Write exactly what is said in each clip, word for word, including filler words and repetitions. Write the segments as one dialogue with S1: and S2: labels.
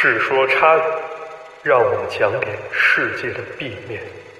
S1: 世说差语，让我们讲点世界的 B 面。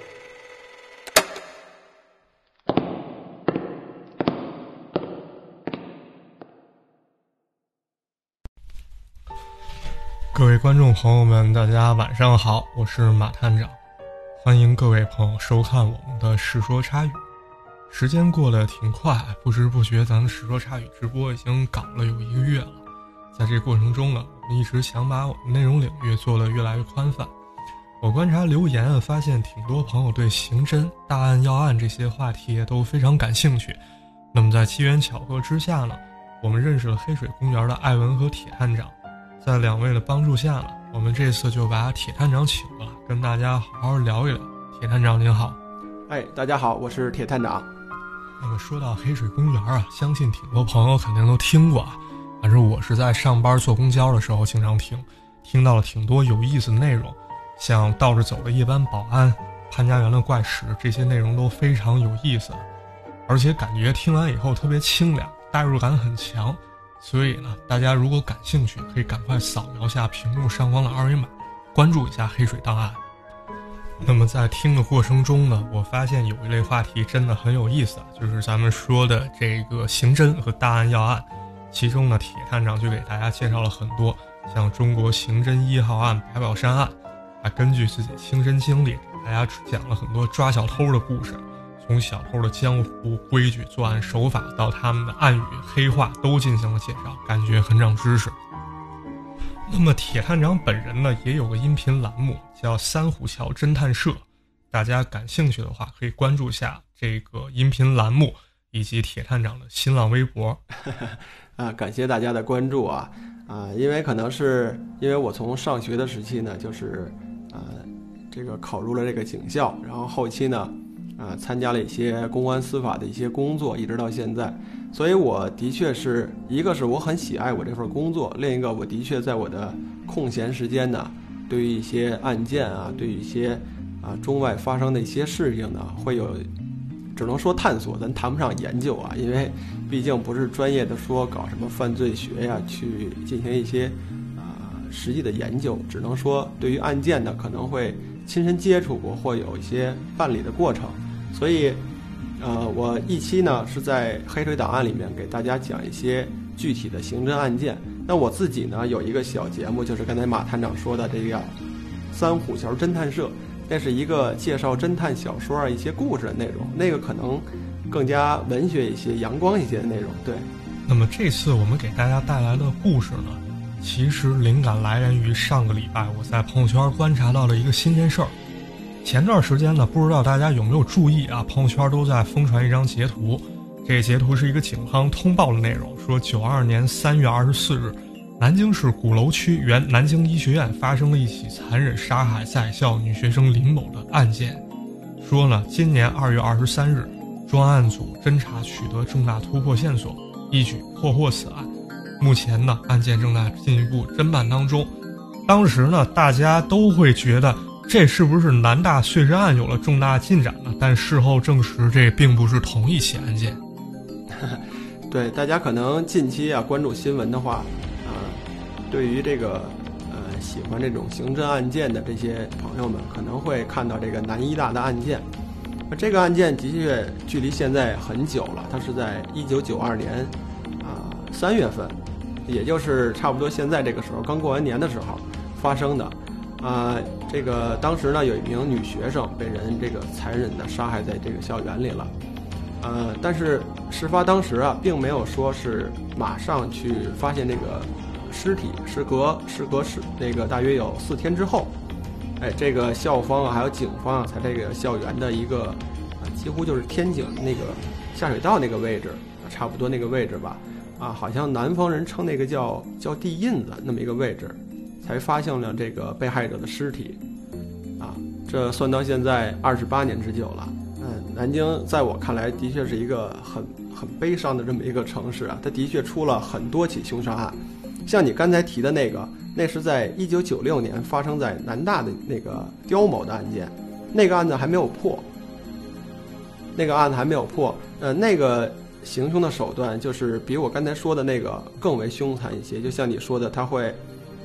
S2: 各位观众朋友们，大家晚上好，我是马探长，欢迎各位朋友收看我们的世说差语。时间过得挺快，不知不觉咱们世说差语直播已经搞了有一个月了。在这过程中呢，我们一直想把我们内容领域做得越来越宽泛。我观察留言啊，发现挺多朋友对刑侦、大案要案这些话题都非常感兴趣。那么在机缘巧合之下呢，我们认识了黑水公园的艾文和铁探长。在两位的帮助下呢，我们这次就把铁探长请了，跟大家好好聊一聊。铁探长您好。
S3: 哎，大家好，我是铁探长。
S2: 那么说到黑水公园啊，相信挺多朋友肯定都听过啊。反正我是在上班坐公交的时候经常听，听到了挺多有意思的内容，像倒着走的夜班保安、潘家园的怪石，这些内容都非常有意思，而且感觉听完以后特别清凉，代入感很强。所以呢，大家如果感兴趣，可以赶快扫描下屏幕上方的二维码，关注一下黑水档案。那么在听的过程中呢，我发现有一类话题真的很有意思，就是咱们说的这个刑侦和大案要案。其中呢，铁探长就给大家介绍了很多，像中国刑侦一号案白宝山案，还根据自己亲身经历给大家讲了很多抓小偷的故事，从小偷的江湖规矩、作案手法到他们的暗语黑话都进行了介绍，感觉很长知识。那么铁探长本人呢，也有个音频栏目叫三虎桥侦探社，大家感兴趣的话可以关注下这个音频栏目以及铁探长的新浪微博。
S3: 啊，感谢大家的关注啊啊！因为可能是因为我从上学的时期呢，就是呃这个考入了这个警校，然后后期呢啊参加了一些公安司法的一些工作，一直到现在。所以我的确是一个是我很喜爱我这份工作，另一个我的确在我的空闲时间呢，对于一些案件啊，对于一些啊中外发生的一些事情呢，会有。只能说探索，咱谈不上研究啊，因为毕竟不是专业的说搞什么犯罪学呀，去进行一些啊、呃、实际的研究，只能说对于案件呢可能会亲身接触过或有一些办理的过程，所以呃我一期呢是在黑水档案里面给大家讲一些具体的刑侦案件。那我自己呢有一个小节目，就是刚才马探长说的这个三虎桥侦探社。那是一个介绍侦探小说啊一些故事的内容，那个可能更加文学一些、阳光一些的内容。对。
S2: 那么这次我们给大家带来的故事呢，其实灵感来源于上个礼拜我在朋友圈观察到了一个新鲜事儿。前段时间呢，不知道大家有没有注意啊，朋友圈都在疯传一张截图，这个截图是一个警方通报的内容，说九二年三月二十四日。南京市鼓楼区原南京医学院发生了一起残忍杀害在校女学生林某的案件。说呢，今年二月二十三日，专案组侦查取得重大突破线索，一举破获此案。目前呢，案件正在进一步侦办当中。当时呢，大家都会觉得这是不是南大碎尸案有了重大进展呢？但事后证实，这并不是同一起案件。
S3: 对，大家可能近期啊关注新闻的话。对于这个呃喜欢这种刑侦案件的这些朋友们，可能会看到这个南医大的案件。这个案件的确距离现在很久了，它是在一九九二年啊三月份，也就是差不多现在这个时候刚过完年的时候发生的。啊，这个当时呢有一名女学生被人这个残忍的杀害在这个校园里了。呃，但是事发当时啊，并没有说是马上去发现这个。尸体时隔时隔是那个大约有四天之后，哎，这个校方啊还有警方啊，在这个校园的一个啊几乎就是天井那个下水道那个位置，差不多那个位置吧，啊，好像南方人称那个叫叫地印子那么一个位置，才发现了这个被害者的尸体，啊，这算到现在二十八年之久了。嗯，南京在我看来的确是一个很很悲伤的这么一个城市啊，它的确出了很多起凶杀案。像你刚才提的那个，那是在一九九六年发生在南大的那个刁某的案件，那个案子还没有破，那个案子还没有破。呃，那个行凶的手段就是比我刚才说的那个更为凶残一些，就像你说的，他会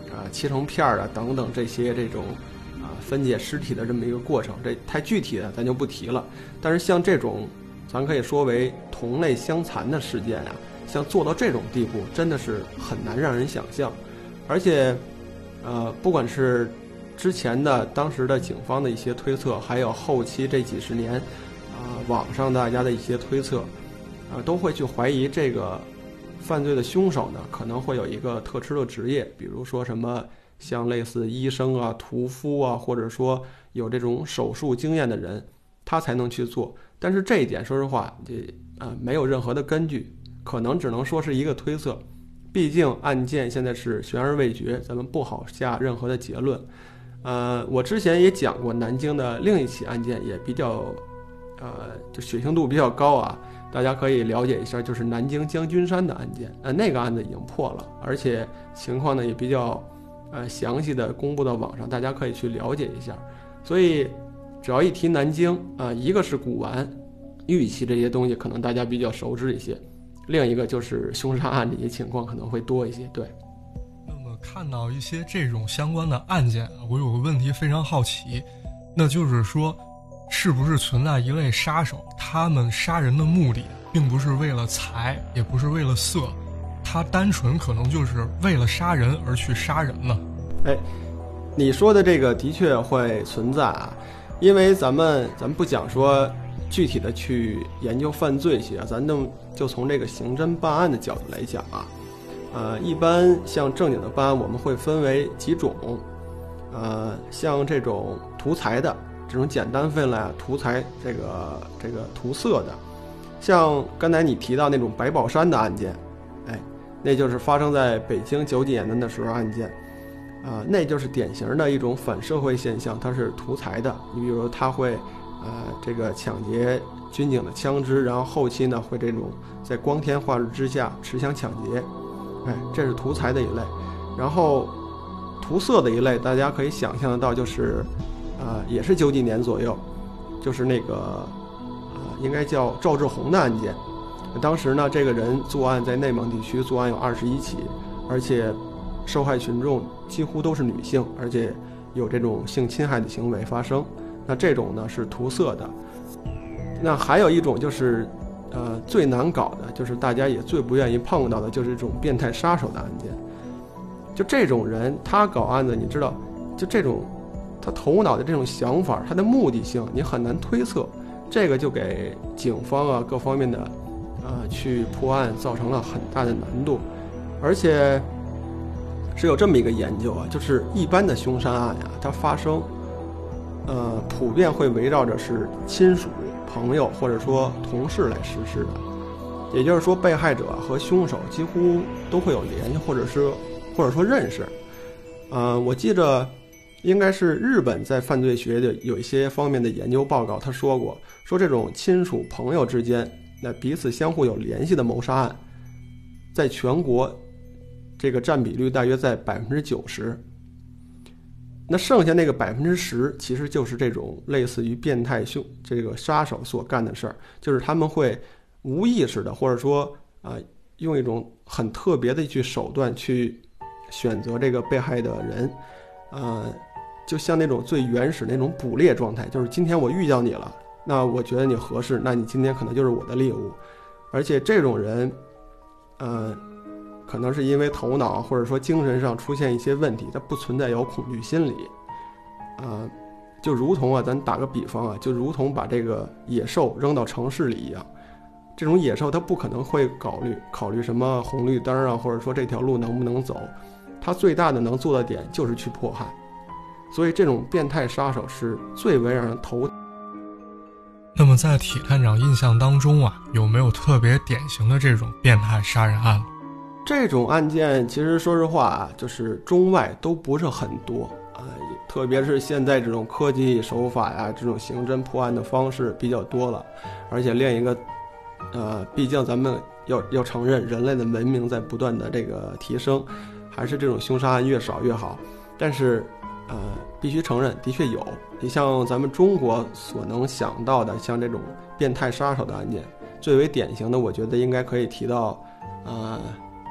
S3: 啊、呃、切成片儿啊等等这些这种啊、呃、分解尸体的这么一个过程，这太具体的咱就不提了。但是像这种咱可以说为同类相残的事件啊，像做到这种地步，真的是很难让人想象。而且呃不管是之前的当时的警方的一些推测，还有后期这几十年啊、呃、网上大家的一些推测啊、呃，都会去怀疑这个犯罪的凶手呢可能会有一个特殊的职业，比如说什么像类似医生啊、屠夫啊，或者说有这种手术经验的人，他才能去做。但是这一点说实话这呃没有任何的根据，可能只能说是一个推测，毕竟案件现在是悬而未决，咱们不好下任何的结论。呃，我之前也讲过南京的另一起案件，也比较，呃，就血腥度比较高啊，大家可以了解一下，就是南京将军山的案件。呃，那个案子已经破了，而且情况呢也比较，呃，详细的公布到网上，大家可以去了解一下。所以，只要一提南京啊、呃，一个是古玩、玉器这些东西，可能大家比较熟知一些；另一个就是凶杀案这些情况可能会多一些。对。
S2: 看到一些这种相关的案件，我有个问题非常好奇，那就是说是不是存在一类杀手，他们杀人的目的并不是为了财，也不是为了色，他单纯可能就是为了杀人而去杀人呢？
S3: 哎，你说的这个的确会存在啊，因为咱们咱们不讲说具体的去研究犯罪学，咱就就从这个刑侦办案的角度来讲啊。呃，一般像正经的办案，我们会分为几种，呃，像这种图财的，这种简单分类啊，图财这个这个图色的，像刚才你提到那种白宝山的案件，哎，那就是发生在北京九几年的时候案件，啊、呃，那就是典型的一种反社会现象，它是图财的。你比如说，他会呃这个抢劫军警的枪支，然后后期呢会这种在光天化日之下持枪抢劫。哎，这是图财的一类，然后图色的一类，大家可以想象得到，就是，呃，也是九几年左右，就是那个，呃，应该叫赵志红的案件。当时呢，这个人作案在内蒙地区作案有二十一起，而且受害群众几乎都是女性，而且有这种性侵害的行为发生。那这种呢是图色的。那还有一种就是。呃，最难搞的就是大家也最不愿意碰到的，就是这种变态杀手的案件。就这种人，他搞案子，你知道，就这种他头脑的这种想法，他的目的性，你很难推测。这个就给警方啊各方面的呃去破案造成了很大的难度。而且是有这么一个研究啊，就是一般的凶杀案呀，它发生呃普遍会围绕着是亲属、朋友或者说同事来实施的，也就是说被害者和凶手几乎都会有联系，或者是或者说认识。呃，我记着应该是日本在犯罪学的有一些方面的研究报告，他说过，说这种亲属朋友之间那彼此相互有联系的谋杀案，在全国这个占比率大约在百分之九十。那剩下那个百分之十，其实就是这种类似于变态凶这个杀手所干的事儿，就是他们会无意识的，或者说啊、呃，用一种很特别的去手段去选择这个被害的人，呃，就像那种最原始那种捕猎状态，就是今天我遇到你了，那我觉得你合适，那你今天可能就是我的猎物。而且这种人，呃。可能是因为头脑或者说精神上出现一些问题，它不存在有恐惧心理，呃，就如同啊，咱打个比方啊，就如同把这个野兽扔到城市里一样，这种野兽它不可能会考虑考虑什么红绿灯啊，或者说这条路能不能走，它最大的能做的点就是去迫害，所以这种变态杀手是最为让人头。
S2: 那么在体探长印象当中啊，有没有特别典型的这种变态杀人案？
S3: 这种案件其实说实话啊，就是中外都不是很多啊、呃，特别是现在这种科技手法呀，这种刑侦破案的方式比较多了，而且另一个，呃，毕竟咱们要要承认人类的文明在不断的这个提升，还是这种凶杀案越少越好。但是，呃，必须承认，的确有。你像咱们中国所能想到的，像这种变态杀手的案件，最为典型的，我觉得应该可以提到，呃。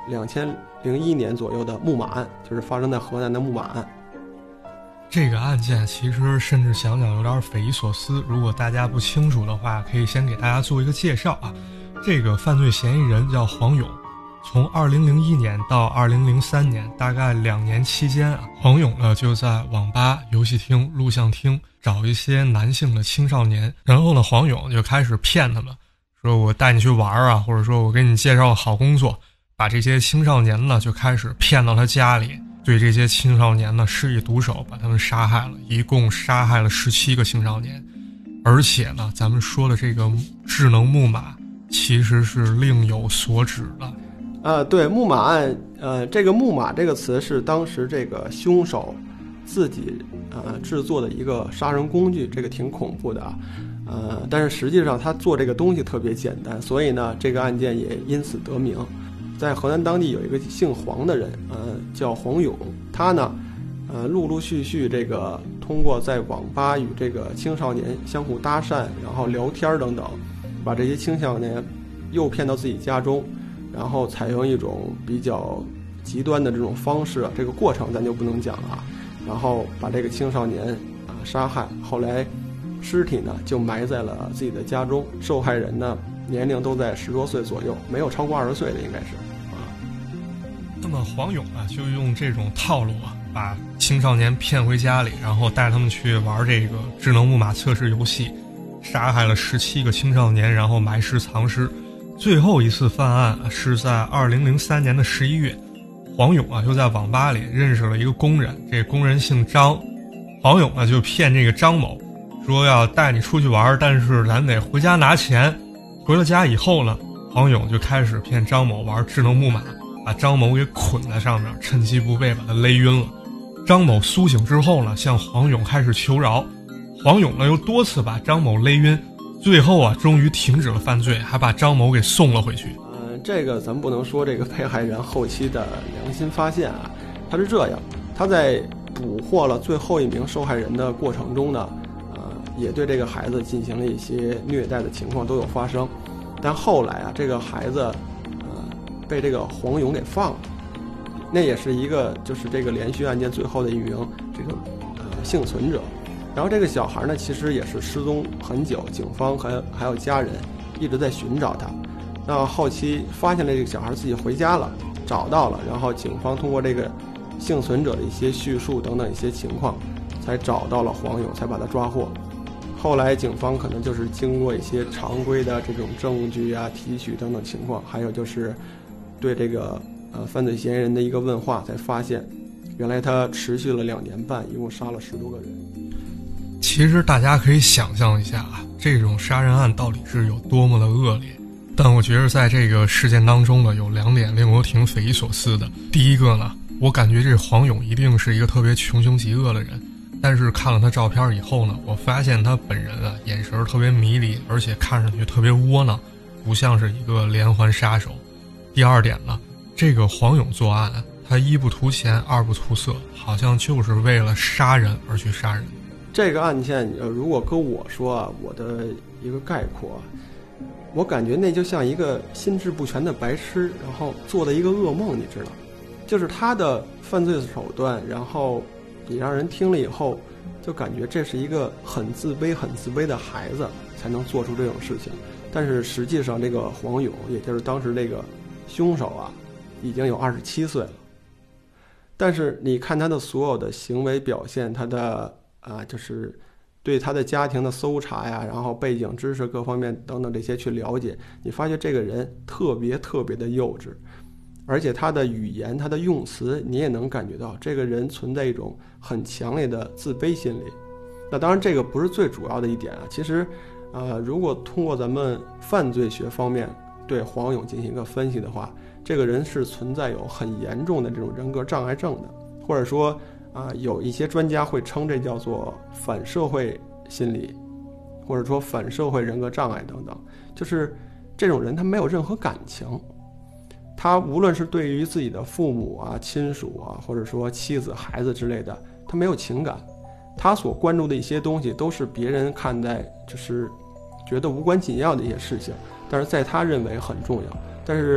S3: 两千零一年左右的木马案，就是发生在河南的木马案。
S2: 这个案件其实甚至想想有点匪夷所思，如果大家不清楚的话，可以先给大家做一个介绍啊。这个犯罪嫌疑人叫黄勇，从二零零一年到二零零三年，大概两年期间啊，黄勇呢就在网吧、游戏厅、录像厅找一些男性的青少年，然后呢，黄勇就开始骗他们，说我带你去玩啊，或者说我给你介绍好工作，把这些青少年呢就开始骗到他家里，对这些青少年呢施以毒手，把他们杀害了，一共杀害了十七个青少年。而且呢，咱们说的这个智能木马其实是另有所指的。
S3: 呃，对，木马案，呃，这个木马这个词是当时这个凶手自己呃制作的一个杀人工具，这个挺恐怖的啊。呃，但是实际上他做这个东西特别简单，所以呢，这个案件也因此得名。在河南当地有一个姓黄的人，呃，叫黄勇，他呢，呃，陆陆续续这个通过在网吧与这个青少年相互搭讪，然后聊天等等，把这些青少年诱骗到自己家中，然后采用一种比较极端的这种方式，这个过程咱就不能讲了，然后把这个青少年啊杀害，后来尸体呢就埋在了自己的家中，受害人呢年龄都在十多岁左右，没有超过二十岁的应该是啊。
S2: 那么黄勇啊就用这种套路啊，把青少年骗回家里，然后带他们去玩这个智能木马测试游戏，杀害了十七个青少年，然后埋尸藏尸。最后一次犯案是在二零零三年的十一月，黄勇啊就在网吧里认识了一个工人，这工人姓张，黄勇啊就骗这个张某说要带你出去玩，但是咱得回家拿钱。回了家以后呢，黄勇就开始骗张某玩智能木马，把张某给捆在上面，趁其不备把他勒晕了。张某苏醒之后呢，向黄勇开始求饶，黄勇呢又多次把张某勒晕，最后啊终于停止了犯罪，还把张某给送了回去。
S3: 呃，这个咱不能说这个被害人后期的良心发现啊，他是这样，他在捕获了最后一名受害人的过程中呢，呃，也对这个孩子进行了一些虐待的情况都有发生，但后来啊，这个孩子呃被这个黄勇给放了，那也是一个就是这个连续案件最后的一名这个呃幸存者。然后这个小孩呢，其实也是失踪很久，警方还还有家人一直在寻找他。那后期发现了这个小孩自己回家了，找到了，然后警方通过这个幸存者的一些叙述等等一些情况，才找到了黄勇，才把他抓获。后来警方可能就是经过一些常规的这种证据啊、提取等等情况，还有就是对这个呃犯罪嫌疑人的一个问话，才发现原来他持续了两年半，一共杀了十多个人。
S2: 其实大家可以想象一下啊，这种杀人案到底是有多么的恶劣。但我觉得在这个事件当中呢，有两点令我挺匪夷所思的。第一个呢，我感觉这黄勇一定是一个特别穷凶极恶的人，但是看了他照片以后呢，我发现他本人啊眼神特别迷离，而且看上去特别窝囊，不像是一个连环杀手。第二点呢，这个黄勇作案，他一不图钱，二不图色，好像就是为了杀人而去杀人。
S3: 这个案件，呃，如果跟我说啊，我的一个概括，我感觉那就像一个心智不全的白痴，然后做的一个噩梦，你知道，就是他的犯罪手段，然后你让人听了以后，就感觉这是一个很自卑、很自卑的孩子才能做出这种事情。但是实际上，这个黄勇，也就是当时这个凶手啊，已经有二十七岁了。但是你看他的所有的行为表现，他的啊，就是对他的家庭的搜查呀，然后背景知识各方面等等这些去了解，你发现这个人特别特别的幼稚，而且他的语言、他的用词，你也能感觉到这个人存在一种很强烈的自卑心理。那当然，这个不是最主要的一点啊。其实，呃，如果通过咱们犯罪学方面对黄勇进行一个分析的话，这个人是存在有很严重的这种人格障碍症的，或者说。啊，有一些专家会称这叫做反社会心理，或者说反社会人格障碍等等。就是这种人他没有任何感情，他无论是对于自己的父母啊、亲属啊，或者说妻子、孩子之类的，他没有情感。他所关注的一些东西都是别人看待就是觉得无关紧要的一些事情，但是在他认为很重要。但是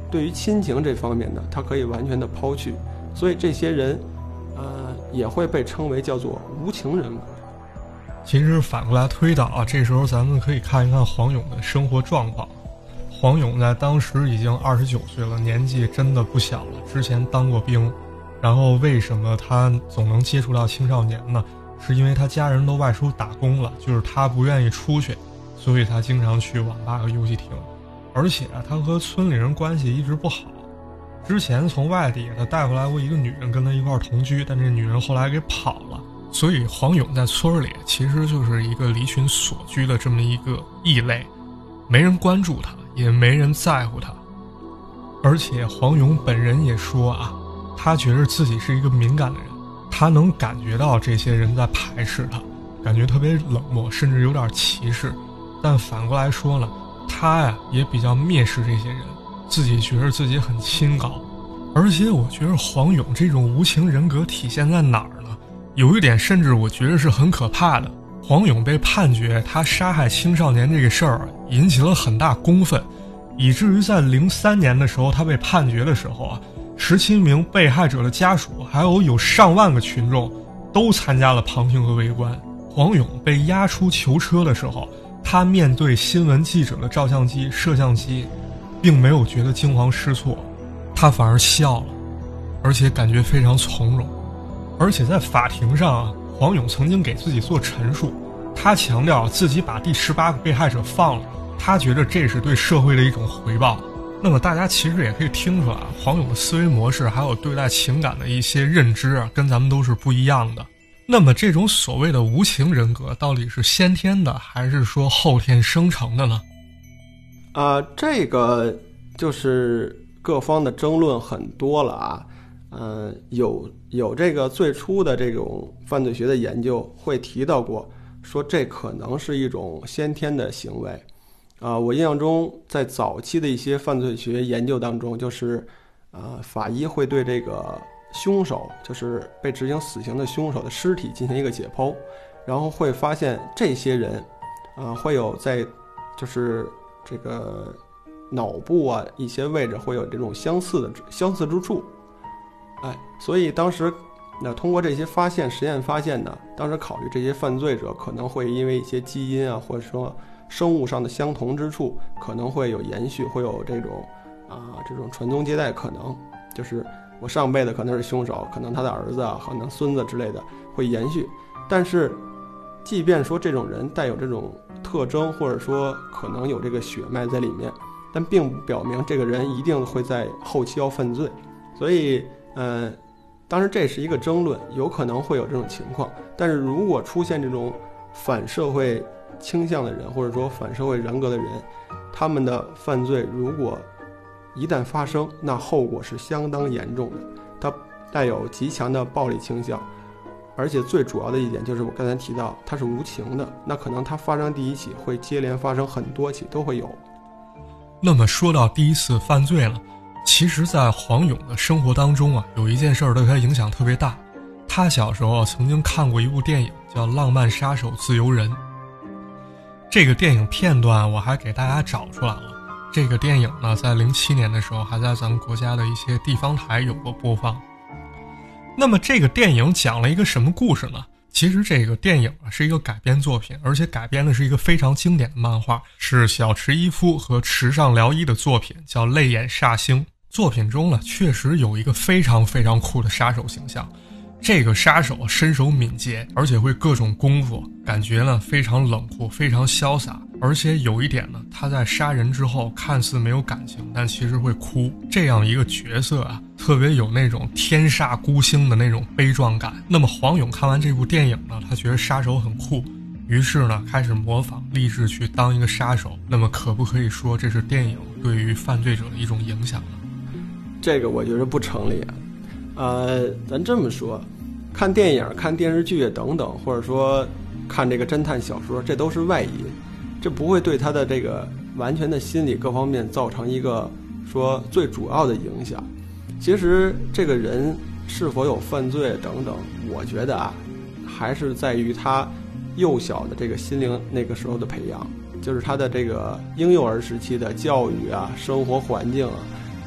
S3: 对于亲情这方面呢，他可以完全的抛去，所以这些人，呃，也会被称为叫做无情人格。
S2: 其实反过来推导啊，这时候咱们可以看一看黄勇的生活状况。黄勇在当时已经二十九岁了，年纪真的不小了，之前当过兵。然后为什么他总能接触到青少年呢？是因为他家人都外出打工了，就是他不愿意出去，所以他经常去网吧和游戏厅。而且他和村里人关系一直不好，之前从外地他带回来过一个女人跟他一块同居，但这女人后来给跑了。所以黄勇在村里其实就是一个离群索居的这么一个异类，没人关注他，也没人在乎他。而且黄勇本人也说啊，他觉得自己是一个敏感的人，他能感觉到这些人在排斥他，感觉特别冷漠，甚至有点歧视。但反过来说呢，他呀也比较蔑视这些人，自己觉得自己很清高。而且我觉得黄勇这种无情人格体现在哪儿呢？有一点甚至我觉得是很可怕的。黄勇被判决他杀害青少年这个事儿引起了很大公愤，以至于在零三年的时候他被判决的时候啊，十七名被害者的家属还有有上万个群众都参加了旁听和围观。黄勇被押出囚车的时候，他面对新闻记者的照相机摄像机并没有觉得惊慌失措，他反而笑了，而且感觉非常从容。而且在法庭上啊，黄勇曾经给自己做陈述，他强调自己把第十八个被害者放了，他觉得这是对社会的一种回报。那么大家其实也可以听出来，黄勇的思维模式还有对待情感的一些认知啊，跟咱们都是不一样的。那么这种所谓的无情人格到底是先天的还是说后天生成的呢？
S3: 啊、呃，这个就是各方的争论很多了啊。呃，有有这个最初的这种犯罪学的研究会提到过，说这可能是一种先天的行为。啊、呃，我印象中在早期的一些犯罪学研究当中，就是呃，法医会对这个凶手，就是被执行死刑的凶手的尸体进行一个解剖，然后会发现这些人，啊、呃，会有在就是这个脑部啊一些位置会有这种相似的相似之处。哎，所以当时那通过这些发现实验发现呢，当时考虑这些犯罪者可能会因为一些基因啊，或者说生物上的相同之处，可能会有延续，会有这种啊这种传宗接代可能，就是我上辈子可能是凶手，可能他的儿子啊，可能孙子之类的会延续。但是即便说这种人带有这种特征，或者说可能有这个血脉在里面，但并不表明这个人一定会在后期要犯罪。所以呃，当然这是一个争论，有可能会有这种情况。但是如果出现这种反社会倾向的人，或者说反社会人格的人，他们的犯罪如果一旦发生，那后果是相当严重的，它带有极强的暴力倾向，而且最主要的一点就是我刚才提到它是无情的，那可能它发生第一起会接连发生很多起都会有。
S2: 那么说到第一次犯罪了，其实在黄勇的生活当中啊，有一件事儿对他影响特别大。他小时候曾经看过一部电影叫《浪漫杀手自由人》，这个电影片段我还给大家找出来了。这个电影呢，在零七年的时候还在咱们国家的一些地方台有过播放。那么这个电影讲了一个什么故事呢？其实这个电影是一个改编作品，而且改编的是一个非常经典的漫画，是小池一夫和池上辽一的作品，叫《泪眼煞星》。作品中呢，确实有一个非常非常酷的杀手形象。这个杀手身手敏捷，而且会各种功夫，感觉呢非常冷酷，非常潇洒。而且有一点呢，他在杀人之后看似没有感情，但其实会哭。这样一个角色啊，特别有那种天煞孤星的那种悲壮感。那么黄勇看完这部电影呢，他觉得杀手很酷，于是呢开始模仿，立志去当一个杀手。那么可不可以说这是电影对于犯罪者的一种影响呢？
S3: 这个我觉得不成立啊。呃，咱这么说，看电影、看电视剧等等，或者说看这个侦探小说，这都是外因，这不会对他的这个完全的心理各方面造成一个说最主要的影响。其实这个人是否有犯罪等等，我觉得啊，还是在于他幼小的这个心灵那个时候的培养，就是他的这个婴幼儿时期的教育啊、生活环境啊，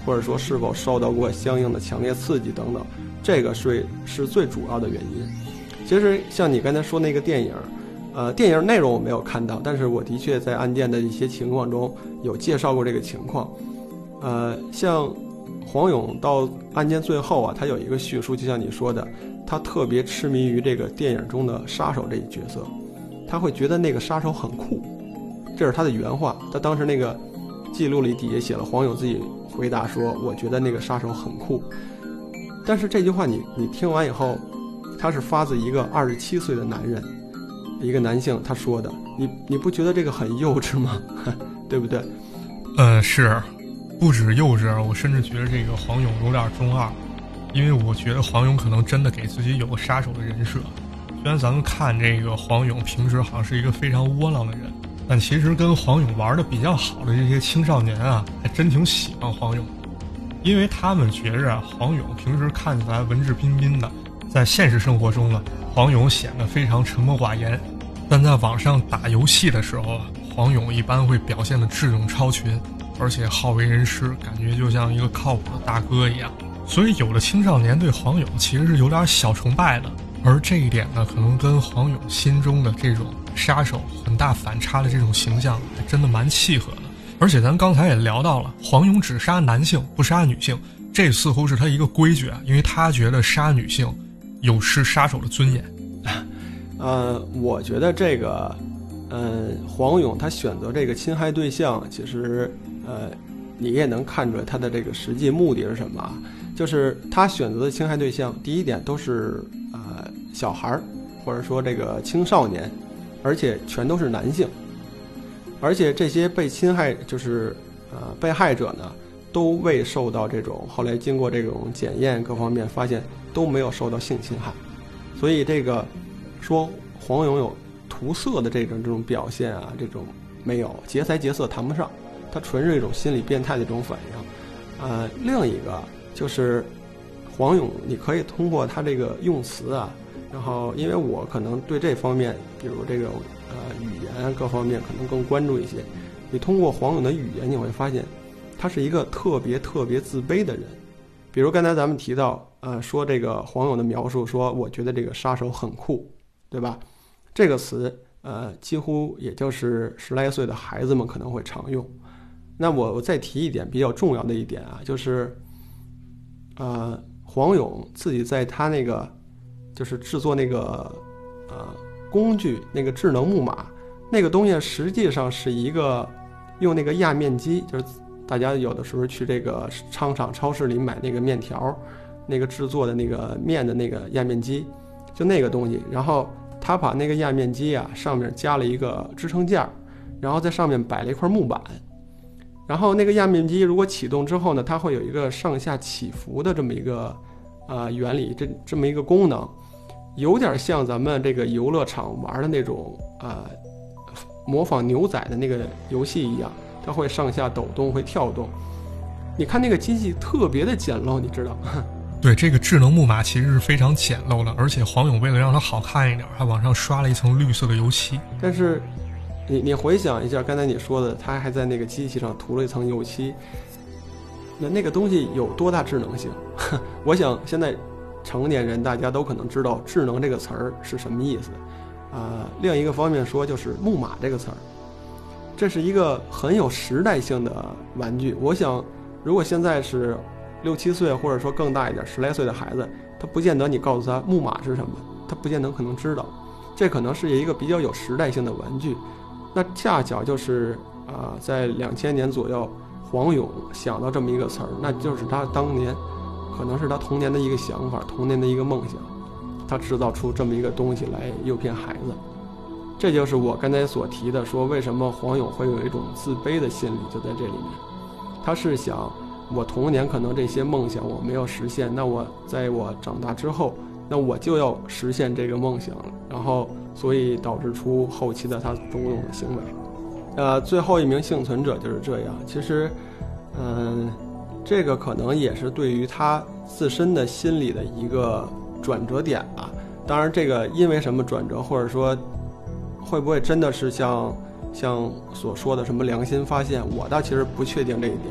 S3: 或者说是否受到过相应的强烈刺激等等，这个是是最主要的原因。其实像你刚才说那个电影，呃，电影内容我没有看到，但是我的确在案件的一些情况中有介绍过这个情况。呃，像黄勇到案件最后啊，他有一个叙述，就像你说的，他特别痴迷于这个电影中的杀手这一角色，他会觉得那个杀手很酷，这是他的原话。他当时那个记录里底下写了，黄勇自己回答说：“我觉得那个杀手很酷。”但是这句话你你听完以后，他是发自一个二十七岁的男人，一个男性他说的，你你不觉得这个很幼稚吗？对不对？
S2: 呃，是，不止幼稚，我甚至觉得这个黄勇有点中二，因为我觉得黄勇可能真的给自己有个杀手的人设。虽然咱们看这个黄勇平时好像是一个非常窝囊的人，但其实跟黄勇玩的比较好的这些青少年啊，还真挺喜欢黄勇，因为他们觉着黄勇平时看起来文质彬彬的，在现实生活中呢，黄勇显得非常沉默寡言，但在网上打游戏的时候啊，黄勇一般会表现得智勇超群，而且好为人师，感觉就像一个靠谱的大哥一样。所以有的青少年对黄勇其实是有点小崇拜的，而这一点呢，可能跟黄勇心中的这种杀手很大反差的这种形象还真的蛮契合的。而且咱刚才也聊到了，黄勇只杀男性不杀女性，这似乎是他一个规矩啊，因为他觉得杀女性有失杀手的尊严。
S3: 呃，我觉得这个呃，黄勇他选择这个侵害对象，其实呃，你也能看出来他的这个实际目的是什么，就是他选择的侵害对象，第一点都是呃小孩或者说这个青少年，而且全都是男性，而且这些被侵害就是呃被害者呢，都未受到这种后来经过这种检验各方面发现都没有受到性侵害，所以这个说黄勇有涂色的这种这种表现啊，这种没有，劫财劫色谈不上，他纯是一种心理变态的一种反应。呃，另一个就是黄勇，你可以通过他这个用词啊，然后因为我可能对这方面，比如这个呃语言各方面可能更关注一些，你通过黄勇的语言，你会发现他是一个特别特别自卑的人。比如刚才咱们提到，呃，说这个黄勇的描述，说我觉得这个杀手很酷，对吧？这个词，呃，几乎也就是十来岁的孩子们可能会常用。那我我再提一点比较重要的一点啊，就是，呃，黄勇自己在他那个就是制作那个呃工具那个智能木马那个东西，实际上是一个用那个压面机，就是大家有的时候去这个商场超市里买那个面条那个制作的那个面的那个压面机，就那个东西，然后他把那个压面机啊上面加了一个支撑架，然后在上面摆了一块木板，然后那个压面机如果启动之后呢，它会有一个上下起伏的这么一个呃原理，这这么一个功能，有点像咱们这个游乐场玩的那种呃模仿牛仔的那个游戏一样，它会上下抖动，会跳动。你看那个机器特别的简陋，你知道吗？
S2: 对，这个智能木马其实是非常简陋的，而且黄勇为了让它好看一点，还往上刷了一层绿色的油漆。
S3: 但是你你回想一下刚才你说的，他还在那个机器上涂了一层油漆，那那个东西有多大智能性？我想现在成年人大家都可能知道智能这个词儿是什么意思。呃，另一个方面说就是木马这个词儿，这是一个很有时代性的玩具。我想如果现在是六七岁或者说更大一点十来岁的孩子，他不见得你告诉他木马是什么，他不见得可能知道，这可能是一个比较有时代性的玩具。那恰巧就是啊、呃，在两千年左右，黄勇想到这么一个词儿，那就是他当年可能是他童年的一个想法，童年的一个梦想，他制造出这么一个东西来诱骗孩子。这就是我刚才所提的，说为什么黄勇会有一种自卑的心理，就在这里面。他是想，我童年可能这些梦想我没有实现，那我在我长大之后，那我就要实现这个梦想，然后所以导致出后期的他种种的行为。呃，最后一名幸存者就是这样。其实，嗯、呃，这个可能也是对于他自身的心理的一个转折点吧。当然，这个因为什么转折，或者说会不会真的是像像所说的什么良心发现，我倒其实不确定这一点。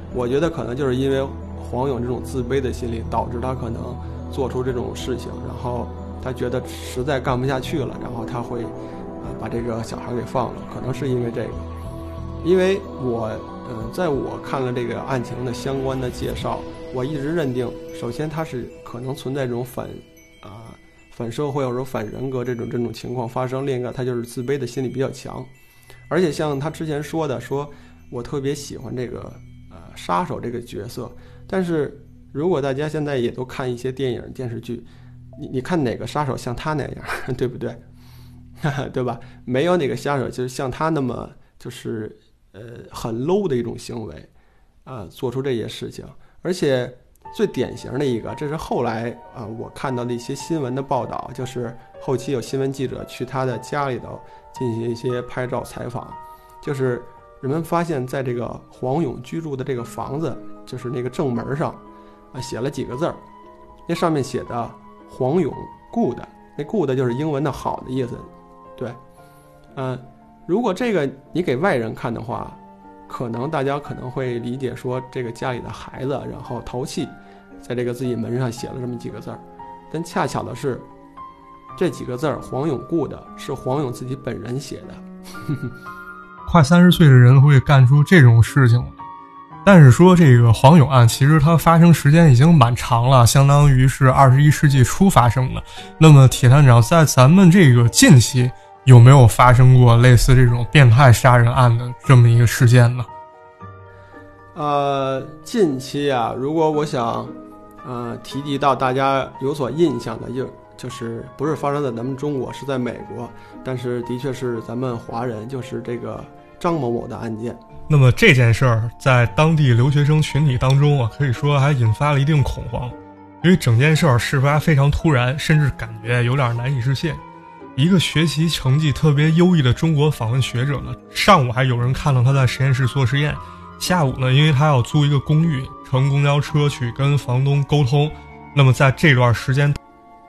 S3: 我觉得可能就是因为黄勇这种自卑的心理，导致他可能做出这种事情，然后他觉得实在干不下去了，然后他会啊把这个小孩给放了，可能是因为这个。因为我嗯、呃，在我看了这个案情的相关的介绍，我一直认定，首先他是可能存在这种反啊、呃、反社会或者反人格这种这种情况发生，另一个他就是自卑的心理比较强，而且像他之前说的，说我特别喜欢这个呃杀手这个角色，但是如果大家现在也都看一些电影电视剧，你你看哪个杀手像他那样，对不对？对吧？没有哪个杀手就是像他那么就是呃很 low 的一种行为啊、呃，做出这些事情。而且最典型的一个，这是后来啊、呃、我看到的一些新闻的报道，就是后期有新闻记者去他的家里头进行一些拍照采访，就是人们发现在这个黄勇居住的这个房子，就是那个正门上啊写了几个字儿，那上面写的黄勇 good， 那 good 就是英文的好的意思，对，嗯、呃，如果这个你给外人看的话，可能大家可能会理解说这个家里的孩子然后淘气，在这个自己门上写了这么几个字儿，但恰巧的是这几个字儿黄勇 good 是黄勇自己本人写的。
S2: 快三十岁的人会干出这种事情，但是说这个黄勇案其实它发生时间已经蛮长了，相当于是二十一世纪初发生的。那么铁探长，在咱们这个近期有没有发生过类似这种变态杀人案的这么一个事件呢？
S3: 呃，近期啊，如果我想呃提及到大家有所印象的，就就是不是发生在咱们中国，是在美国，但是的确是咱们华人，就是这个张某某的案件。
S2: 那么这件事儿在当地留学生群体当中啊，可以说还引发了一定恐慌，因为整件事儿事发非常突然，甚至感觉有点难以置信。一个学习成绩特别优异的中国访问学者呢，上午还有人看到他在实验室做实验，下午呢，因为他要租一个公寓，乘公交车去跟房东沟通。那么在这段时间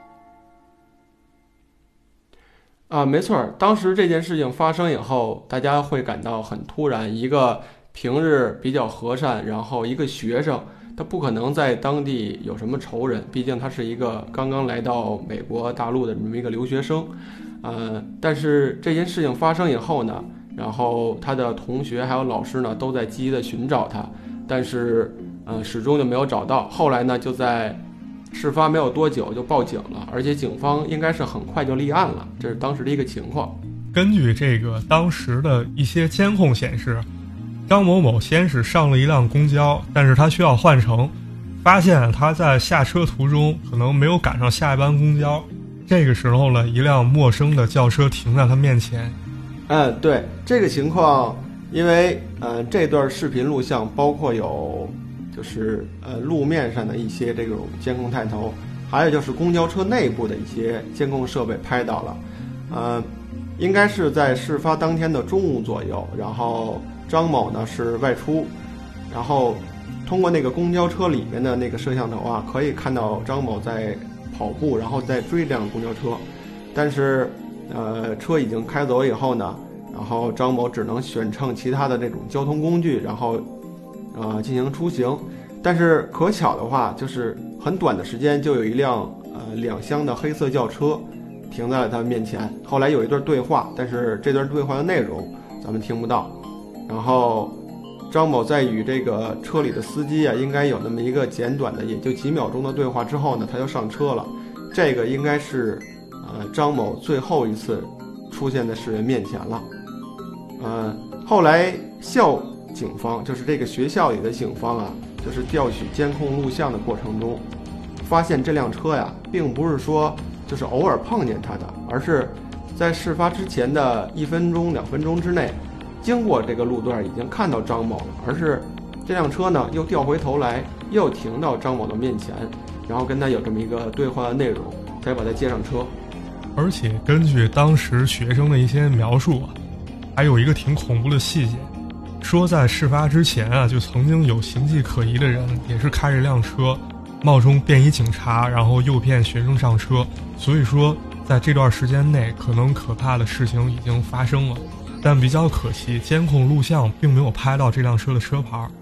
S3: 啊，没错，当时这件事情发生以后，大家会感到很突然。一个平日比较和善，然后一个学生，他不可能在当地有什么仇人，毕竟他是一个刚刚来到美国大陆的这么一个留学生。呃，但是这件事情发生以后呢，然后他的同学还有老师呢都在积极的寻找他，但是呃始终就没有找到。后来呢，就在事发没有多久就报警了，而且警方应该是很快就立案了，这是当时的一个情况。
S2: 根据这个当时的一些监控显示，张某某先是上了一辆公交，但是他需要换乘，发现他在下车途中可能没有赶上下一班公交，这个时候呢，一辆陌生的轿车停在他面前。
S3: 嗯，对，这个情况，因为呃这段视频录像包括有就是呃路面上的一些这种监控探头，还有就是公交车内部的一些监控设备拍到了，呃，应该是在事发当天的中午左右，然后张某呢是外出，然后通过那个公交车里面的那个摄像头啊，可以看到张某在跑步，然后在追这辆公交车，但是呃车已经开走以后呢，然后张某只能选乘其他的这种交通工具，然后呃进行出行。但是可巧的话，就是很短的时间就有一辆呃两厢的黑色轿车停在了他面前。后来有一段对话，但是这段对话的内容咱们听不到。然后张某在与这个车里的司机啊，应该有那么一个简短的也就几秒钟的对话之后呢，他就上车了。这个应该是呃张某最后一次出现在世人面前了。呃，后来校警方，就是这个学校里的警方啊，就是调取监控录像的过程中，发现这辆车呀，并不是说就是偶尔碰见他的，而是在事发之前的一分钟、两分钟之内，经过这个路段已经看到张某了，而是这辆车呢又调回头来，又停到张某的面前，然后跟他有这么一个对话的内容，再把他接上车。
S2: 而且根据当时学生的一些描述啊，还有一个挺恐怖的细节，说在事发之前啊，就曾经有形迹可疑的人也是开着辆车冒充便衣警察，然后诱骗学生上车。所以说在这段时间内可能可怕的事情已经发生了，但比较可惜监控录像并没有拍到这辆车的车牌。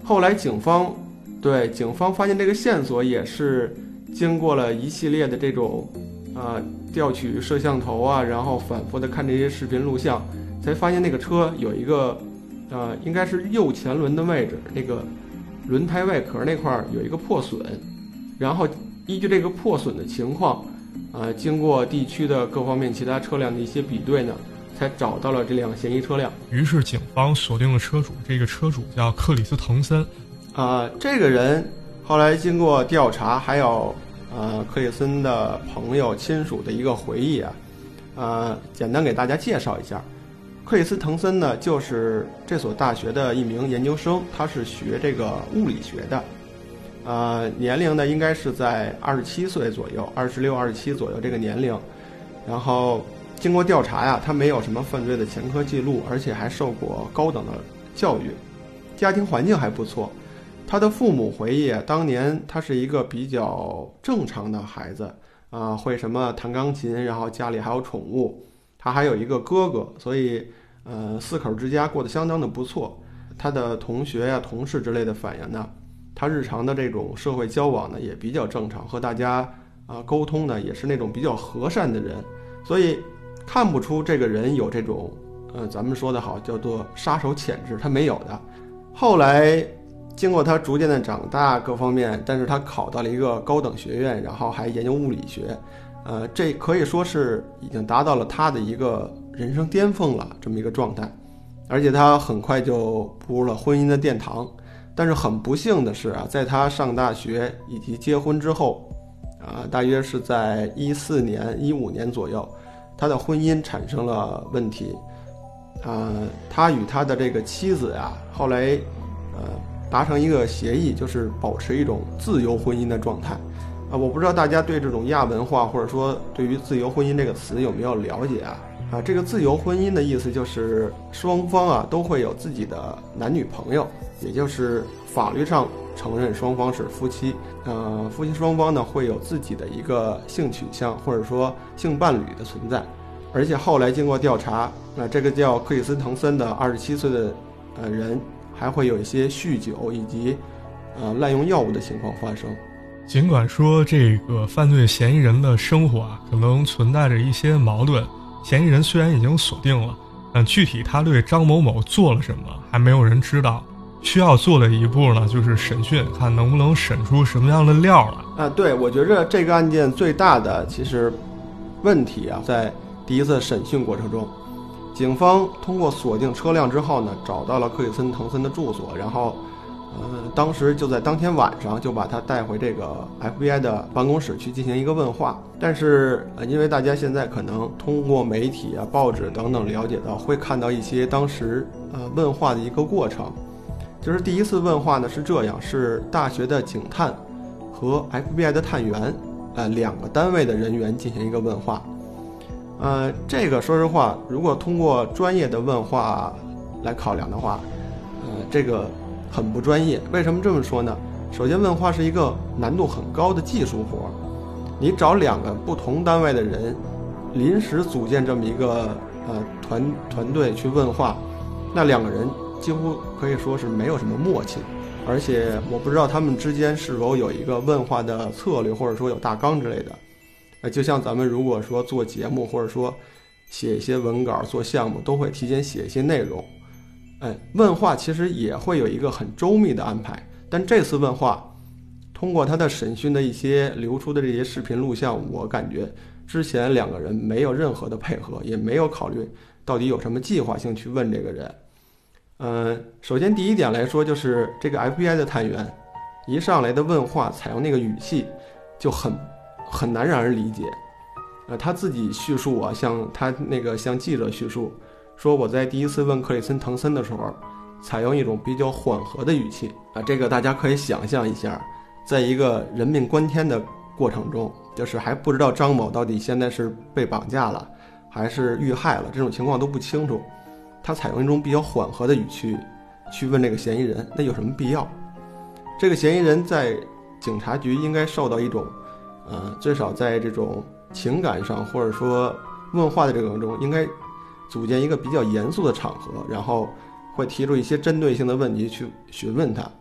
S3: 后来警方对警方发现这个线索也是经过了一系列的这种呃调取摄像头啊，然后反复的看这些视频录像，才发现那个车有一个呃应该是右前轮的位置，那个轮胎外壳那块有一个破损，然后依据这个破损的情况，呃经过地区的各方面其他车辆的一些比对呢，才找到了这辆嫌疑车辆。
S2: 于是警方锁定了车主，这个车主叫克里斯滕森。
S3: 啊、呃，这个人后来经过调查，还有呃克里森的朋友亲属的一个回忆啊，呃，简单给大家介绍一下。克里斯滕森呢，就是这所大学的一名研究生，他是学这个物理学的，呃，年龄呢应该是在二十七岁左右，二十六、二十七左右这个年龄。然后经过调查呀，他没有什么犯罪的前科记录，而且还受过高等的教育，家庭环境还不错。他的父母回忆，当年他是一个比较正常的孩子，啊、呃，会什么弹钢琴，然后家里还有宠物，他还有一个哥哥，所以呃四口之家过得相当的不错。他的同学呀、同事之类的反映呢，他日常的这种社会交往呢也比较正常，和大家啊、呃、沟通呢也是那种比较和善的人，所以看不出这个人有这种呃咱们说的好叫做杀手潜质，他没有的。后来经过他逐渐的长大各方面，但是他考到了一个高等学院，然后还研究物理学，呃，这可以说是已经达到了他的一个人生巅峰了，这么一个状态。而且他很快就步入了婚姻的殿堂。但是很不幸的是啊，在他上大学以及结婚之后，啊，大约是在一四年、一五年左右，他的婚姻产生了问题。呃，他与他的这个妻子呀，后来呃。达成一个协议，就是保持一种自由婚姻的状态。啊，我不知道大家对这种亚文化或者说对于自由婚姻这个词有没有了解啊？啊，这个自由婚姻的意思就是双方啊都会有自己的男女朋友，也就是法律上承认双方是夫妻。呃，夫妻双方呢会有自己的一个性取向或者说性伴侣的存在。而且后来经过调查，啊，这个叫克里斯滕森的二十七岁的呃人。还会有一些酗酒以及呃滥用药物的情况发生。
S2: 尽管说这个犯罪嫌疑人的生活啊可能存在着一些矛盾，嫌疑人虽然已经锁定了，但具体他对张某某做了什么还没有人知道。需要做的一步呢就是审讯，看能不能审出什么样的料来。
S3: 啊，对，我觉着这个案件最大的其实问题啊，在第一次审讯过程中，警方通过锁定车辆之后呢，找到了克里斯滕森的住所，然后，呃，当时就在当天晚上就把他带回这个 F B I 的办公室去进行一个问话。但是，呃，因为大家现在可能通过媒体啊、报纸等等了解到，会看到一些当时呃问话的一个过程。就是第一次问话呢是这样，是大学的警探和 F B I 的探员，呃，两个单位的人员进行一个问话。呃，这个说实话，如果通过专业的问话来考量的话，呃，这个很不专业。为什么这么说呢？首先，问话是一个难度很高的技术活，你找两个不同单位的人，临时组建这么一个呃团团队去问话，那两个人几乎可以说是没有什么默契，而且我不知道他们之间是否有一个问话的策略，或者说有大纲之类的。就像咱们如果说做节目或者说写一些文稿做项目，都会提前写一些内容。哎，问话其实也会有一个很周密的安排，但这次问话通过他的审讯的一些流出的这些视频录像，我感觉之前两个人没有任何的配合，也没有考虑到底有什么计划性去问这个人。嗯，首先第一点来说，就是这个 F B I 的探员一上来的问话采用那个语气就很很难让人理解。呃，他自己叙述啊，像他那个向记者叙述说，我在第一次问克里斯滕森的时候，采用一种比较缓和的语气啊，这个大家可以想象一下，在一个人命关天的过程中，就是还不知道张某到底现在是被绑架了还是遇害了，这种情况都不清楚，他采用一种比较缓和的语气去问这个嫌疑人，那有什么必要？这个嫌疑人在警察局应该受到一种呃，最少在这种情感上或者说问话的这个过程中，应该组建一个比较严肃的场合，然后会提出一些针对性的问题去询问他。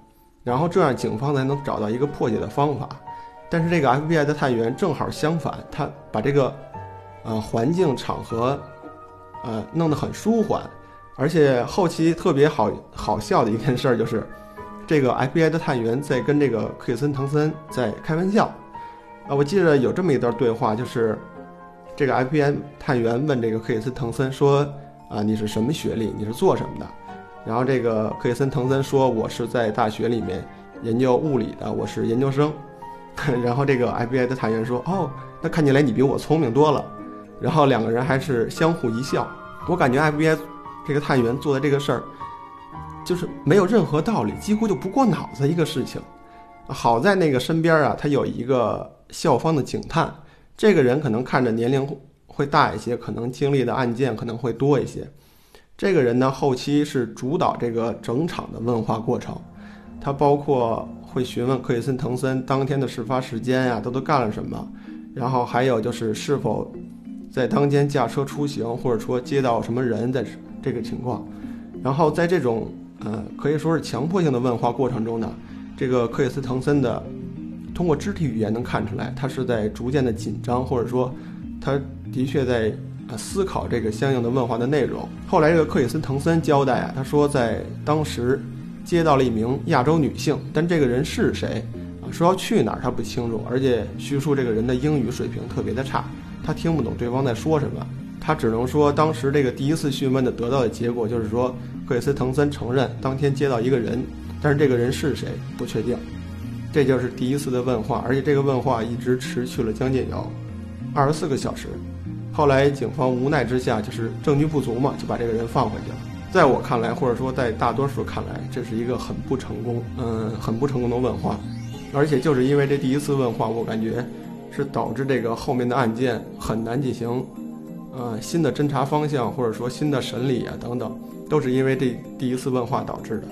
S3: 然后这样警方才能找到一个破解的方法。但是这个 F B I 的探员正好相反，他把这个呃环境场合呃弄得很舒缓，而且后期特别好好笑的一件事就是，这个 F B I 的探员在跟这个克里森滕森在开玩笑啊。我记得有这么一段对话，就是这个 F B I 探员问这个克里森滕森说啊，你是什么学历？你是做什么的？然后这个克里森滕森说，我是在大学里面研究物理的，我是研究生。然后这个 F B I 的探员说，哦，那看起来你比我聪明多了。然后两个人还是相互一笑。我感觉 F B I 这个探员做的这个事儿就是没有任何道理，几乎就不过脑子一个事情。好在那个身边啊，他有一个校方的警探，这个人可能看着年龄会大一些，可能经历的案件可能会多一些。这个人呢，后期是主导这个整场的问话过程，他包括会询问克里森滕森当天的事发时间呀、啊，都都干了什么，然后还有就是是否在当天驾车出行，或者说接到什么人的这个情况。然后在这种呃可以说是强迫性的问话过程中呢，这个克里斯滕森的通过肢体语言能看出来，他是在逐渐的紧张，或者说他的确在呃思考这个相应的问话的内容。后来这个克里斯滕森交代啊，他说在当时接到了一名亚洲女性，但这个人是谁啊？说要去哪儿他不清楚，而且叙述这个人的英语水平特别的差，他听不懂对方在说什么。他只能说当时这个第一次讯问的得到的结果就是说，克里斯滕森承认当天接到一个人，但是这个人是谁不确定。这就是第一次的问话，而且这个问话一直持续了将近有二十四个小时。后来警方无奈之下，就是证据不足嘛，就把这个人放回去了。在我看来，或者说在大多数看来，这是一个很不成功，嗯，很不成功的问话。而且就是因为这第一次问话，我感觉是导致这个后面的案件很难进行，呃，新的侦查方向，或者说新的审理啊等等，都是因为这第一次问话导致的。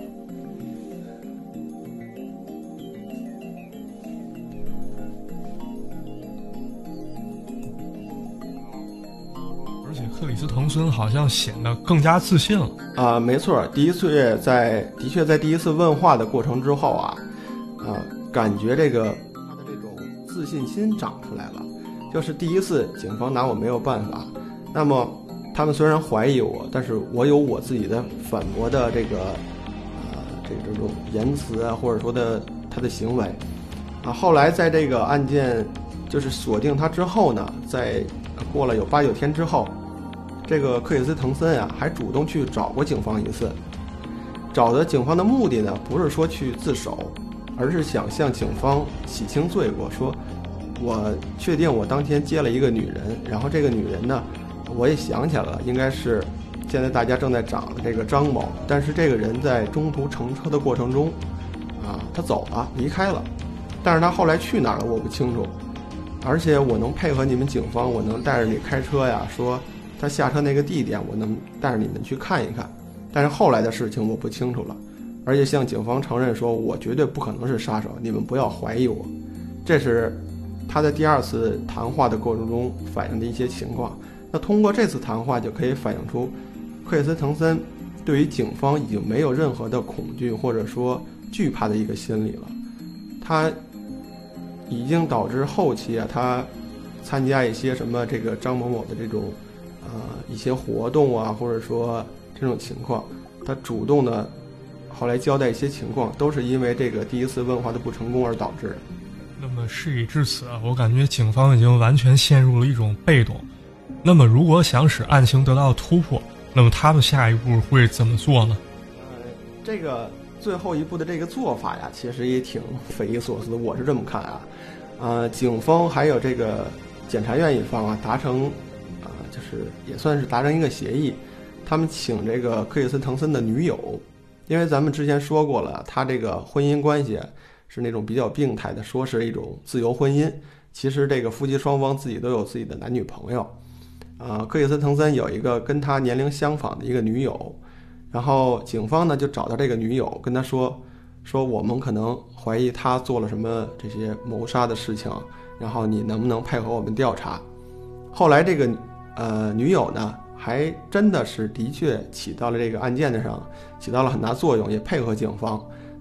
S2: 而且克里斯滕森好像显得更加自信了
S3: 啊、呃，没错，第一次在的确在第一次问话的过程之后啊，啊、呃，感觉这个他的这种自信心长出来了。就是第一次警方拿我没有办法，那么他们虽然怀疑我，但是我有我自己的反驳的这个呃这这种言辞啊，或者说的他的行为啊。后来在这个案件就是锁定他之后呢，在过了有八九天之后，这个克里斯滕森啊还主动去找过警方一次。找的警方的目的呢，不是说去自首，而是想向警方洗清罪过，说我确定我当天接了一个女人，然后这个女人呢，我也想起来了，应该是现在大家正在找的这个张某。但是这个人在中途乘车的过程中啊，他走了，离开了，但是他后来去哪儿了我不清楚。而且我能配合你们警方，我能带着你开车呀，说他下车那个地点我能带着你们去看一看，但是后来的事情我不清楚了。而且向警方承认说，我绝对不可能是杀手，你们不要怀疑我。这是他在第二次谈话的过程中反映的一些情况。那通过这次谈话就可以反映出克里斯滕森对于警方已经没有任何的恐惧或者说惧怕的一个心理了。他已经导致后期啊，他参加一些什么这个张某某的这种呃一些活动啊，或者说这种情况，他主动的后来交代一些情况，都是因为这个第一次问话的不成功而导致的。
S2: 那么事已至此，我感觉警方已经完全陷入了一种被动。那么如果想使案情得到突破，那么他们下一步会怎么做呢？
S3: 呃，这个最后一步的这个做法呀，其实也挺匪夷所思的，我是这么看啊。呃，警方还有这个检察院一方啊，达成啊、呃，就是也算是达成一个协议，他们请这个克里斯滕森的女友，因为咱们之前说过了，他这个婚姻关系是那种比较病态的，说是一种自由婚姻，其实这个夫妻双方自己都有自己的男女朋友。啊，克里斯滕森有一个跟他年龄相仿的一个女友，然后警方呢就找到这个女友，跟他说说我们可能怀疑他做了什么这些谋杀的事情，然后你能不能配合我们调查。后来这个呃女友呢还真的是的确起到了这个案件的上起到了很大作用，也配合警方。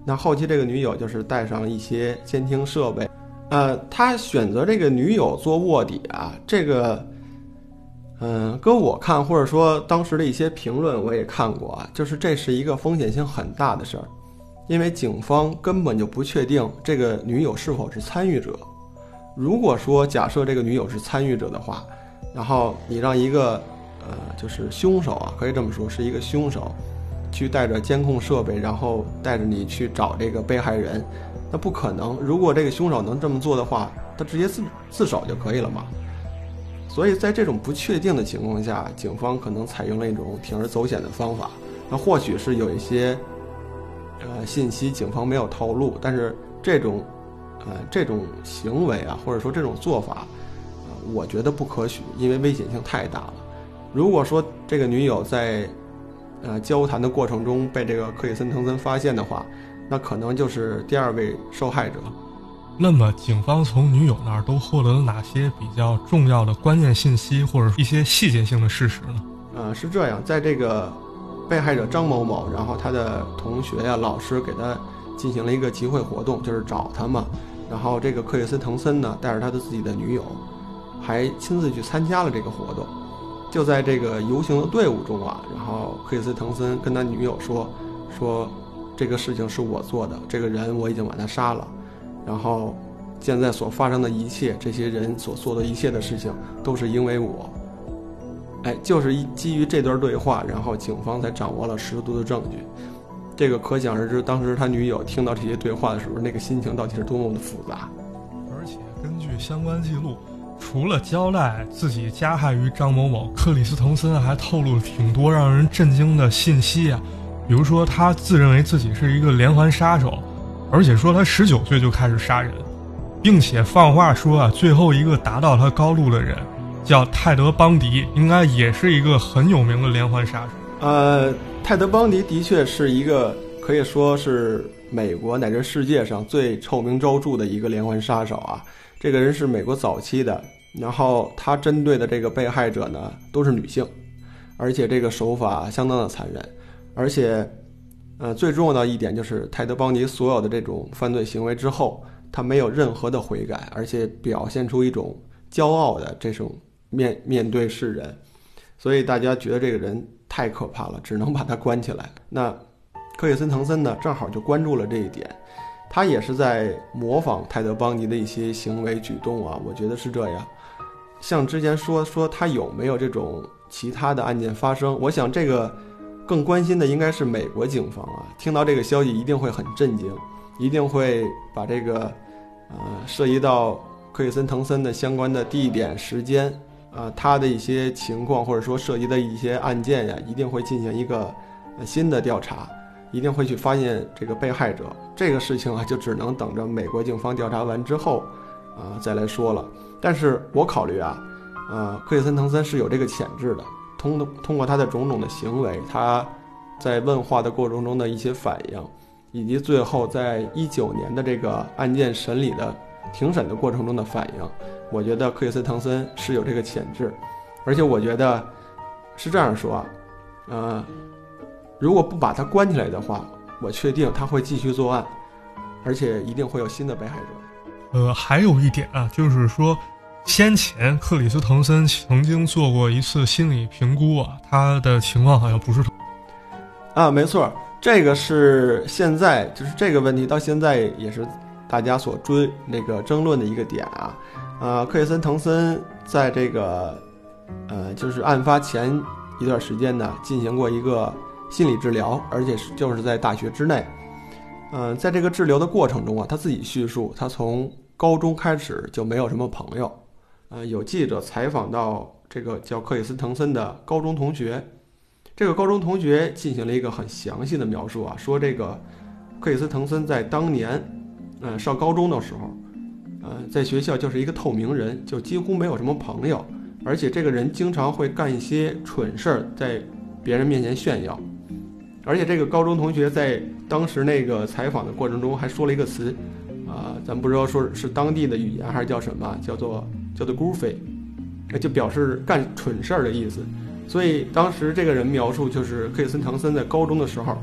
S3: 那后期这个女友就是带上一些监听设备，呃，他选择这个女友做卧底啊，这个，嗯、呃，搁我看或者说当时的一些评论我也看过啊，就是这是一个风险性很大的事儿，因为警方根本就不确定这个女友是否是参与者。如果说假设这个女友是参与者的话，然后你让一个呃，就是凶手啊，可以这么说，是一个凶手，去带着监控设备，然后带着你去找这个被害人，那不可能。如果这个凶手能这么做的话，他直接自自首就可以了嘛。所以在这种不确定的情况下，警方可能采用了一种铤而走险的方法。那或许是有一些呃信息警方没有透露，但是这种呃这种行为啊，或者说这种做法，呃，我觉得不可取，因为危险性太大了。如果说这个女友在呃交谈的过程中被这个克里森滕森发现的话，那可能就是第二位受害者。
S2: 那么警方从女友那儿都获得了哪些比较重要的关键信息或者一些细节性的事实呢？
S3: 呃，是这样，在这个被害者张某某，然后他的同学呀、老师给他进行了一个集会活动，就是找他嘛。然后这个克里斯滕森呢，带着他的自己的女友，还亲自去参加了这个活动。就在这个游行的队伍中啊，然后克里斯滕森跟他女友说说这个事情是我做的，这个人我已经把他杀了，然后现在所发生的一切，这些人所做的一切的事情都是因为我。哎，就是基于这段对话，然后警方才掌握了十足的证据。这个可想而知，当时他女友听到这些对话的时候，那个心情到底是多么的复杂。
S2: 而且根据相关记录，除了交代自己加害于张某某，克里斯滕森还透露了挺多让人震惊的信息啊。比如说，他自认为自己是一个连环杀手，而且说他十九岁就开始杀人，并且放话说啊，最后一个达到他高度的人叫泰德·邦迪，应该也是一个很有名的连环杀手。
S3: 呃，泰德·邦迪的确是一个可以说是美国乃至世界上最臭名昭著的一个连环杀手啊。这个人是美国早期的，然后他针对的这个被害者呢都是女性，而且这个手法相当的残忍，而且呃，最重要的一点就是泰德·邦迪所有的这种犯罪行为之后，他没有任何的悔改，而且表现出一种骄傲的这种面面对世人，所以大家觉得这个人太可怕了，只能把他关起来。那克里斯滕森呢，正好就关注了这一点，他也是在模仿泰德·邦迪的一些行为举动啊，我觉得是这样。像之前说说他有没有这种其他的案件发生，我想这个更关心的应该是美国警方啊，听到这个消息一定会很震惊，一定会把这个呃涉及到克里斯滕森的相关的地点、时间啊、呃，他的一些情况或者说涉及的一些案件呀，一定会进行一个、呃、新的调查，一定会去发现这个被害者。这个事情啊，就只能等着美国警方调查完之后啊、呃、再来说了。但是我考虑啊，呃，克里斯滕森是有这个潜质的。通通过他的种种的行为，他在问话的过程中的一些反应，以及最后在一九年的这个案件审理的庭审的过程中的反应，我觉得克里斯滕森是有这个潜质。而且我觉得是这样说啊，呃，如果不把他关起来的话，我确定他会继续作案，而且一定会有新的被害者。
S2: 呃，还有一点啊，就是说先前克里斯滕森曾经做过一次心理评估啊，他的情况好像不是特
S3: 啊，没错，这个是现在就是这个问题到现在也是大家所追那个争论的一个点啊。呃，克里斯滕森在这个呃就是案发前一段时间呢，进行过一个心理治疗，而且是就是在大学之内。呃，在这个治疗的过程中啊，他自己叙述，他从高中开始就没有什么朋友。呃，有记者采访到这个叫克里斯滕森的高中同学，这个高中同学进行了一个很详细的描述啊，说这个克里斯滕森在当年，呃，上高中的时候，呃，在学校就是一个透明人，就几乎没有什么朋友，而且这个人经常会干一些蠢事儿，在别人面前炫耀。而且这个高中同学在当时那个采访的过程中还说了一个词，啊、呃，咱不知道说是当地的语言还是叫什么，叫做叫做 goofy， 就表示干蠢事儿的意思。所以当时这个人描述就是克里斯滕森在高中的时候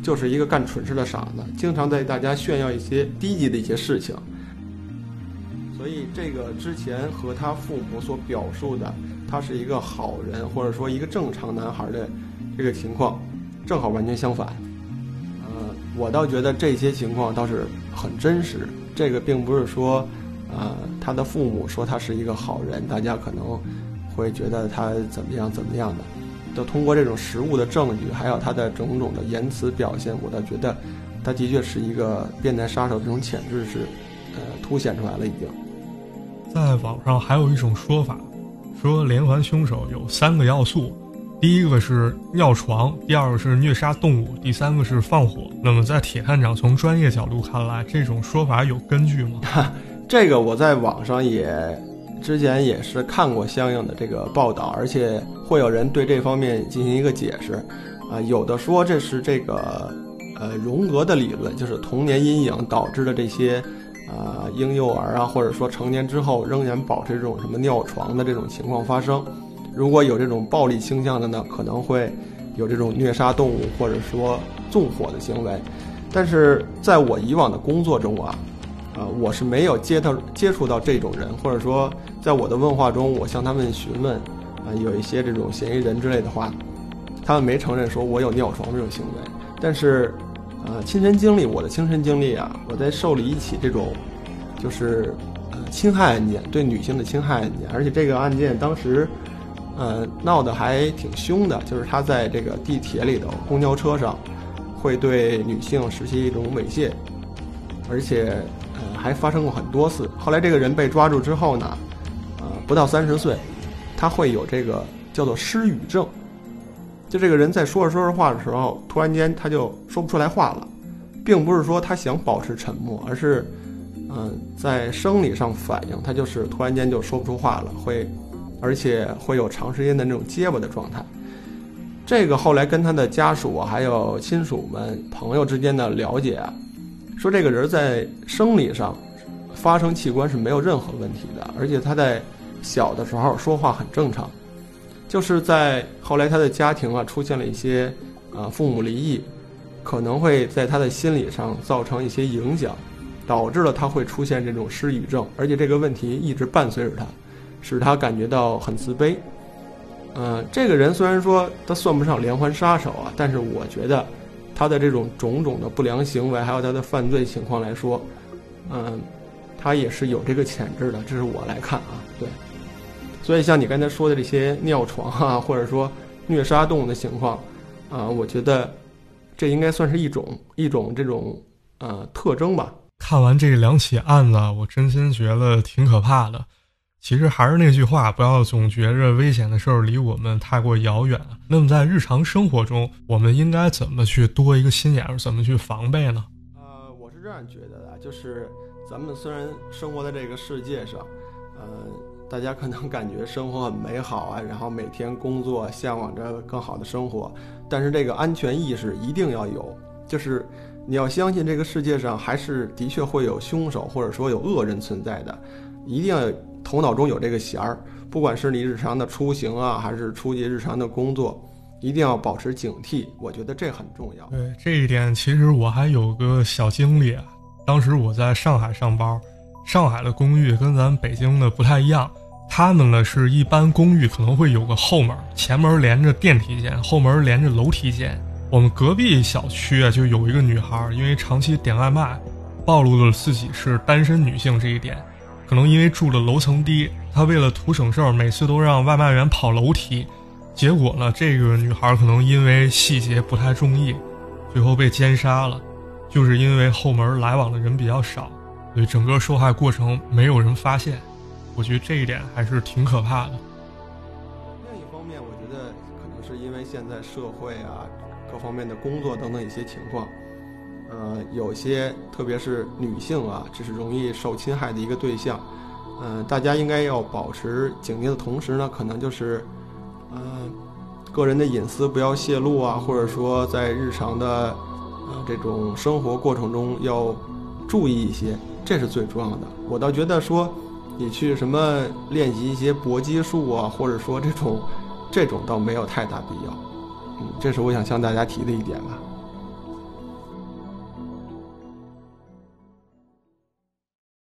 S3: 就是一个干蠢事的傻子，经常在大家炫耀一些低级的一些事情。所以这个之前和他父母所表述的他是一个好人或者说一个正常男孩的这个情况正好完全相反。呃，我倒觉得这些情况倒是很真实，这个并不是说呃他的父母说他是一个好人，大家可能会觉得他怎么样怎么样的，就通过这种实物的证据还有他的种种的言辞表现，我倒觉得他的确是一个变态杀手，这种潜质是呃凸显出来了已经。
S2: 在网上还有一种说法，说连环凶手有三个要素，第一个是尿床，第二个是虐杀动物，第三个是放火。那么在铁探长从专业角度看来，这种说法有根据吗？
S3: 这个我在网上也之前也是看过相应的这个报道，而且会有人对这方面进行一个解释啊、呃，有的说这是这个呃荣格的理论，就是童年阴影导致的这些啊、呃，婴幼儿啊，或者说成年之后仍然保持这种什么尿床的这种情况发生。如果有这种暴力倾向的呢，可能会有这种虐杀动物或者说纵火的行为。但是在我以往的工作中啊，啊、呃，我是没有接到接触到这种人，或者说在我的问话中，我向他们询问啊、呃，有一些这种嫌疑人之类的话，他们没承认说我有尿床这种行为，但是。呃，亲身经历，我的亲身经历啊，我在受理一起这种，就是呃侵害案件，对女性的侵害案件，而且这个案件当时，呃闹得还挺凶的，就是他在这个地铁里头、公交车上，会对女性实行一种猥亵，而且呃还发生过很多次。后来这个人被抓住之后呢，呃不到三十岁，他会有这个叫做失语症。就这个人在说着说着话的时候，突然间他就说不出来话了，并不是说他想保持沉默，而是，嗯、呃，在生理上反应，他就是突然间就说不出话了，会，而且会有长时间的那种结巴的状态。这个后来跟他的家属还有亲属们、朋友之间的了解啊，说这个人在生理上发生器官是没有任何问题的，而且他在小的时候说话很正常。就是在后来他的家庭啊出现了一些啊父母离异，可能会在他的心理上造成一些影响，导致了他会出现这种失语症，而且这个问题一直伴随着他，使他感觉到很自卑。呃，这个人虽然说他算不上连环杀手啊，但是我觉得他的这种种种的不良行为，还有他的犯罪情况来说，嗯、呃，他也是有这个潜质的，这是我来看啊，对。所以像你刚才说的这些尿床啊，或者说虐杀动物的情况啊、呃，我觉得这应该算是一种一种这种呃特征吧。
S2: 看完这两起案子，我真心觉得挺可怕的。其实还是那句话，不要总觉着危险的事儿离我们太过遥远。那么在日常生活中，我们应该怎么去多一个心眼儿，怎么去防备呢？
S3: 呃，我是这样觉得的，就是咱们虽然生活在这个世界上，呃。大家可能感觉生活很美好啊，然后每天工作向往着更好的生活，但是这个安全意识一定要有，就是你要相信这个世界上还是的确会有凶手或者说有恶人存在的，一定要头脑中有这个弦儿，不管是你日常的出行啊，还是出去日常的工作，一定要保持警惕，我觉得这很重要。
S2: 对，这一点其实我还有个小经历啊，当时我在上海上班，上海的公寓跟咱北京的不太一样，他们呢是一般公寓可能会有个后门，前门连着电梯间，后门连着楼梯间。我们隔壁小区啊就有一个女孩，因为长期点外卖，暴露了自己是单身女性这一点。可能因为住的楼层低，她为了图省事儿，每次都让外卖员跑楼梯。结果呢，这个女孩可能因为细节不太中意，最后被奸杀了。就是因为后门来往的人比较少，所以整个受害过程没有人发现。我觉得这一点还是挺可怕的。
S3: 另一方面，我觉得可能是因为现在社会啊，各方面的工作等等一些情况，呃，有些特别是女性啊，这是容易受侵害的一个对象。呃，大家应该要保持警惕的同时呢，可能就是，呃，个人的隐私不要泄露啊，或者说在日常的呃这种生活过程中要注意一些，这是最重要的。我倒觉得说，你去什么练习一些搏击术啊，或者说这种，这种倒没有太大必要。嗯，这是我想向大家提的一点吧。